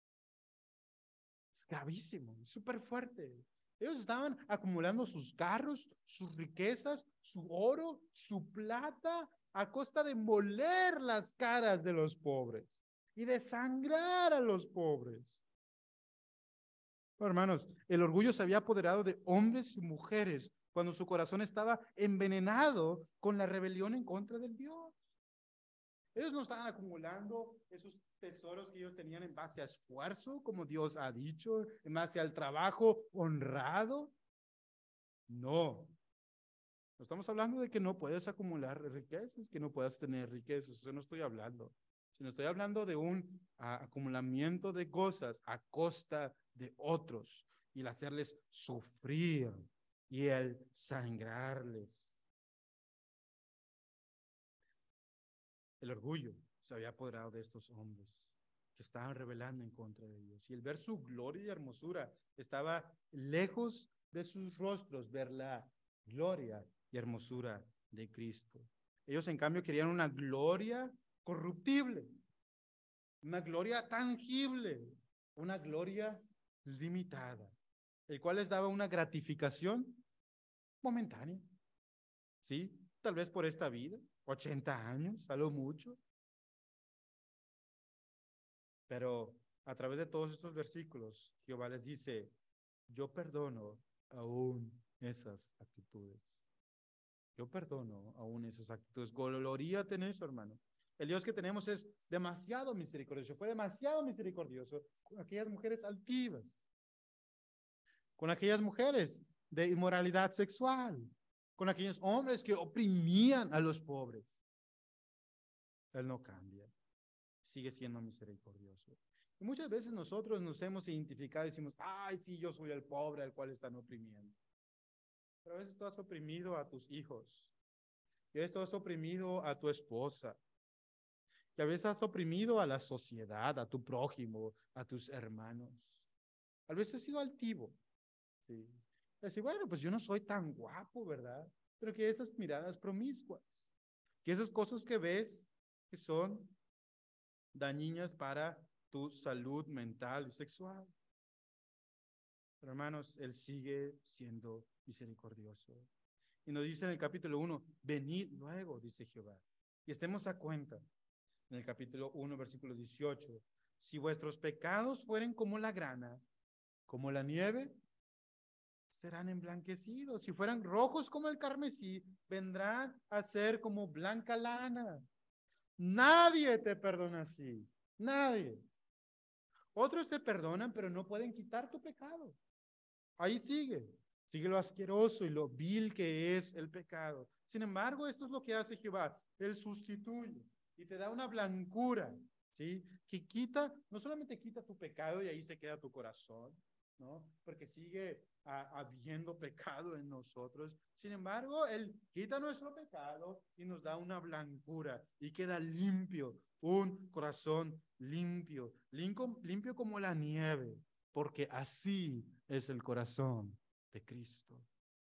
Es gravísimo, es súper fuerte. Ellos estaban acumulando sus carros, sus riquezas, su oro, su plata, a costa de moler las caras de los pobres y de sangrar a los pobres. Bueno, hermanos, el orgullo se había apoderado de hombres y mujeres cuando su corazón estaba envenenado con la rebelión en contra del Dios. Ellos no estaban acumulando esos tesoros que ellos tenían en base a esfuerzo, como Dios ha dicho, en base al trabajo honrado. No. No estamos hablando de que no puedes acumular riquezas, que no puedas tener riquezas. Eso no estoy hablando. Sino estoy hablando de un acumulamiento de cosas a costa de otros y el hacerles sufrir y el sangrarles. El orgullo se había apoderado de estos hombres que estaban rebelando en contra de Dios. Y el ver su gloria y hermosura estaba lejos de sus rostros, ver la gloria y hermosura de Cristo. Ellos, en cambio, querían una gloria corruptible, una gloria tangible, una gloria limitada, el cual les daba una gratificación momentánea. ¿Sí? Tal vez por esta vida, 80 años, a lo mucho. Pero a través de todos estos versículos, Jehová les dice, yo perdono aún esas actitudes. Yo perdono aún esas actitudes. Gloríate en eso, hermano. El Dios que tenemos es demasiado misericordioso. Fue demasiado misericordioso con aquellas mujeres altivas, con aquellas mujeres de inmoralidad sexual, con aquellos hombres que oprimían a los pobres. Él no cambia. Sigue siendo misericordioso. Y muchas veces nosotros nos hemos identificado y decimos, ay, sí, yo soy el pobre al cual están oprimiendo. Pero a veces tú has oprimido a tus hijos, y a veces tú has oprimido a tu esposa, y a veces has oprimido a la sociedad, a tu prójimo, a tus hermanos. A veces has sido altivo, ¿sí? Decir, bueno, pues yo no soy tan guapo, ¿verdad? Pero que esas miradas promiscuas, que esas cosas que ves que son dañinas para tu salud mental y sexual. Pero hermanos, Él sigue siendo misericordioso. Y nos dice en el capítulo 1, venid luego, dice Jehová. Y estemos a cuenta, en el capítulo 1, versículo 18, si vuestros pecados fueren como la grana, como la nieve, serán emblanquecidos. Si fueran rojos como el carmesí, vendrán a ser como blanca lana. Nadie te perdona así. Nadie. Otros te perdonan, pero no pueden quitar tu pecado. Ahí sigue. Sigue lo asqueroso y lo vil que es el pecado. Sin embargo, esto es lo que hace Jehová. Él sustituye y te da una blancura, ¿sí? Que quita, no solamente quita tu pecado y ahí se queda tu corazón, ¿no? Porque sigue habiendo pecado en nosotros. Sin embargo, Él quita nuestro pecado y nos da una blancura y queda limpio, un corazón limpio, limpio como la nieve, porque así es el corazón de Cristo.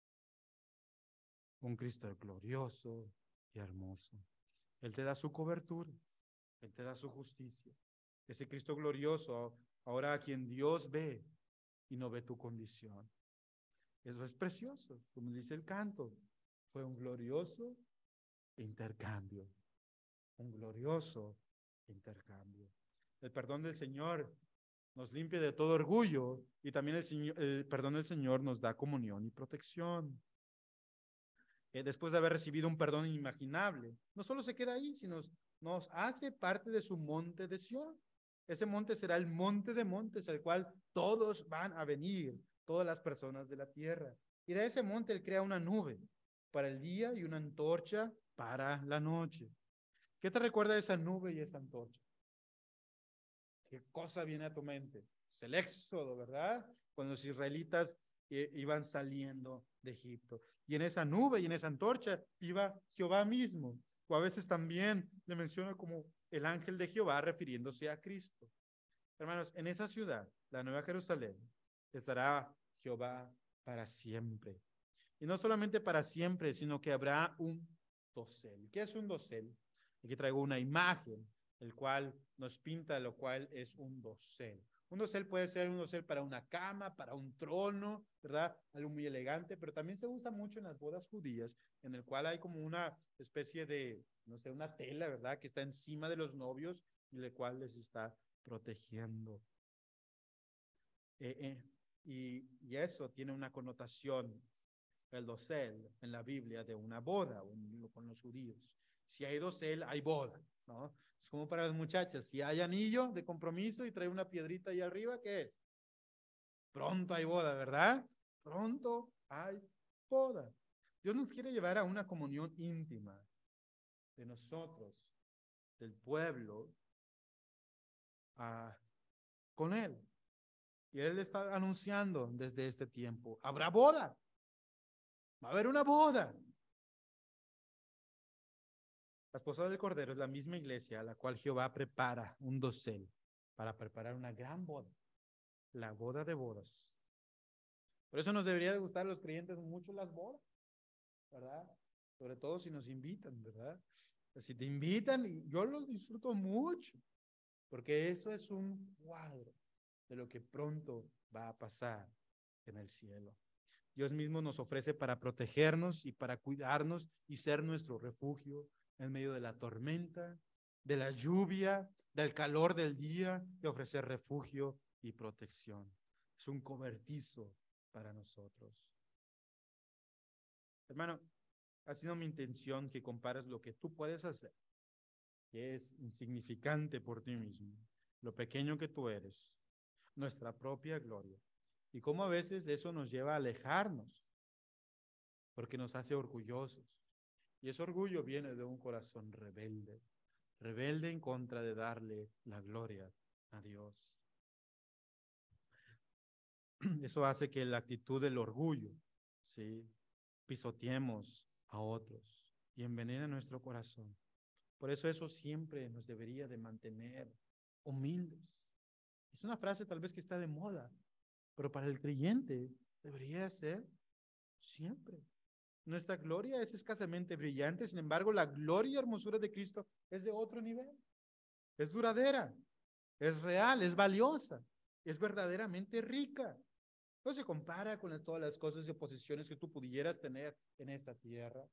Un Cristo glorioso y hermoso. Él te da su cobertura, Él te da su justicia. Ese Cristo glorioso, ahora a quien Dios ve y no ve tu condición. Eso es precioso, como dice el canto. Fue un glorioso intercambio, un glorioso intercambio. El perdón del Señor nos limpia de todo orgullo y también el perdón del Señor nos da comunión y protección. Después de haber recibido un perdón inimaginable, no solo se queda ahí, sino nos hace parte de su monte de Sión. Ese monte será el monte de montes, al cual todos van a venir, todas las personas de la tierra. Y de ese monte Él crea una nube para el día y una antorcha para la noche. ¿Qué te recuerda esa nube y esa antorcha? ¿Qué cosa viene a tu mente? Es el éxodo, ¿verdad? Cuando los israelitas iban saliendo de Egipto. Y en esa nube y en esa antorcha iba Jehová mismo. O a veces también le menciona como el ángel de Jehová refiriéndose a Cristo. Hermanos, en esa ciudad, la Nueva Jerusalén, estará Jehová para siempre. Y no solamente para siempre, sino que habrá un dosel. ¿Qué es un dosel? Aquí traigo una imagen, el cual nos pinta lo cual es un dosel. Un dosel puede ser un dosel para una cama, para un trono, ¿verdad? Algo muy elegante, pero también se usa mucho en las bodas judías, en el cual hay como una especie de, no sé, una tela, ¿verdad? Que está encima de los novios y el cual les está protegiendo. Y eso tiene una connotación, el dosel en la Biblia, de una boda con los judíos. Si hay dosel, hay boda, ¿no? Es como para las muchachas, si hay anillo de compromiso y trae una piedrita ahí arriba, ¿qué es? Pronto hay boda, ¿verdad? Pronto hay boda. Dios nos quiere llevar a una comunión íntima de nosotros, del pueblo, con Él. Y Él está anunciando desde este tiempo, habrá boda, va a haber una boda. La esposa del Cordero es la misma iglesia a la cual Jehová prepara un dosel para preparar una gran boda, la boda de bodas. Por eso nos debería de gustar a los creyentes mucho las bodas, ¿verdad? Sobre todo si nos invitan, ¿verdad? Si te invitan, yo los disfruto mucho, porque eso es un cuadro de lo que pronto va a pasar en el cielo. Dios mismo nos ofrece para protegernos y para cuidarnos y ser nuestro refugio en medio de la tormenta, de la lluvia, del calor del día, de ofrecer refugio y protección. Es un cobertizo para nosotros. Hermano, ha sido mi intención que compares lo que tú puedes hacer, que es insignificante por ti mismo, lo pequeño que tú eres, nuestra propia gloria, y cómo a veces eso nos lleva a alejarnos porque nos hace orgullosos. Y ese orgullo viene de un corazón rebelde, rebelde en contra de darle la gloria a Dios. eso hace que la actitud del orgullo, ¿sí?, pisoteemos a otros y envenena nuestro corazón. Por eso siempre nos debería de mantener humildes. Es una frase tal vez que está de moda, pero para el creyente debería ser siempre. Nuestra gloria es escasamente brillante, sin embargo, la gloria y hermosura de Cristo es de otro nivel. Es duradera, es real, es valiosa, es verdaderamente rica. No se compara con todas las cosas y posesiones que tú pudieras tener en esta tierra.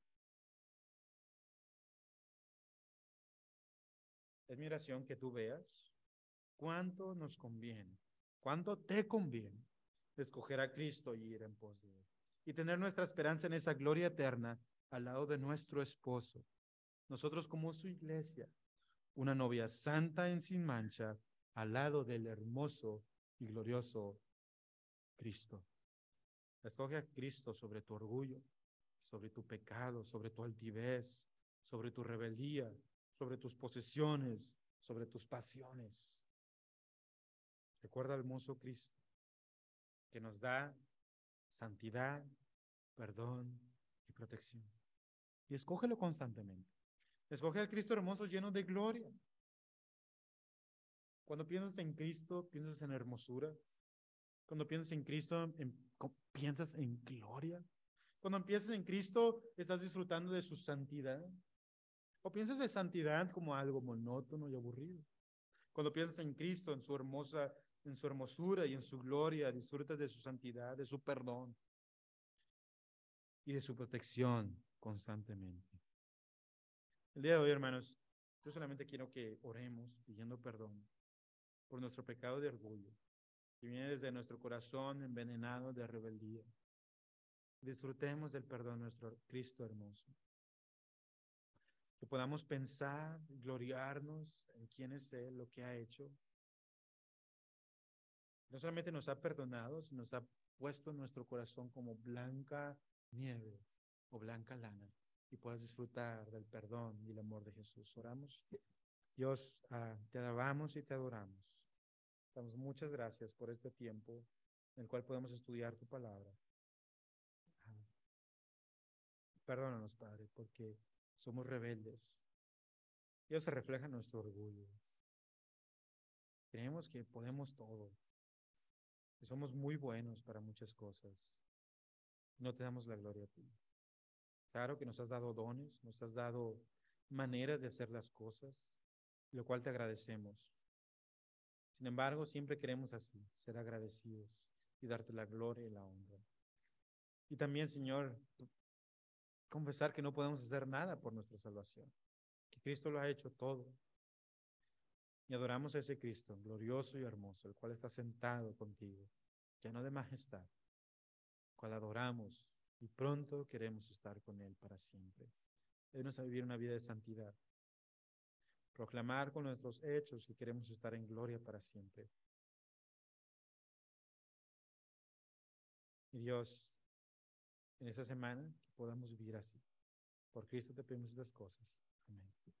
Es mi oración que tú veas cuánto nos conviene, cuánto te conviene escoger a Cristo y ir en pos de Él. Y tener nuestra esperanza en esa gloria eterna al lado de nuestro esposo. Nosotros como su iglesia, una novia santa y sin mancha, al lado del hermoso y glorioso Cristo. Escoge a Cristo sobre tu orgullo, sobre tu pecado, sobre tu altivez, sobre tu rebeldía, sobre tus posesiones, sobre tus pasiones. Recuerda al hermoso Cristo que nos da santidad, perdón y protección. Y escógelo constantemente. Escoge al Cristo hermoso lleno de gloria. Cuando piensas en Cristo, piensas en hermosura. Cuando piensas en Cristo, piensas en gloria. Cuando piensas en Cristo, estás disfrutando de su santidad. O piensas de santidad como algo monótono y aburrido. Cuando piensas en Cristo, en su hermosura y en su gloria, disfrutas de su santidad, de su perdón y de su protección constantemente. El día de hoy, hermanos, yo solamente quiero que oremos pidiendo perdón por nuestro pecado de orgullo, que viene desde nuestro corazón envenenado de rebeldía. Disfrutemos del perdón de nuestro Cristo hermoso. Que podamos pensar, gloriarnos en quién es Él, lo que ha hecho. No solamente nos ha perdonado, sino nos ha puesto en nuestro corazón como blanca nieve o blanca lana y puedas disfrutar del perdón y el amor de Jesús. Oramos. Dios, te alabamos y te adoramos. Damos muchas gracias por este tiempo en el cual podemos estudiar tu palabra. Perdónanos, Padre, porque somos rebeldes. Dios se refleja en nuestro orgullo. Creemos que podemos todo, que somos muy buenos para muchas cosas. No te damos la gloria a ti. Claro que nos has dado dones, nos has dado maneras de hacer las cosas, lo cual te agradecemos. Sin embargo, siempre queremos así, ser agradecidos y darte la gloria y la honra. Y también, Señor, confesar que no podemos hacer nada por nuestra salvación, que Cristo lo ha hecho todo. Y adoramos a ese Cristo glorioso y hermoso, el cual está sentado contigo, lleno de majestad, el cual adoramos y pronto queremos estar con Él para siempre. Ayúdanos a vivir una vida de santidad, proclamar con nuestros hechos que queremos estar en gloria para siempre. Y Dios, en esta semana que podamos vivir así. Por Cristo te pedimos estas cosas. Amén.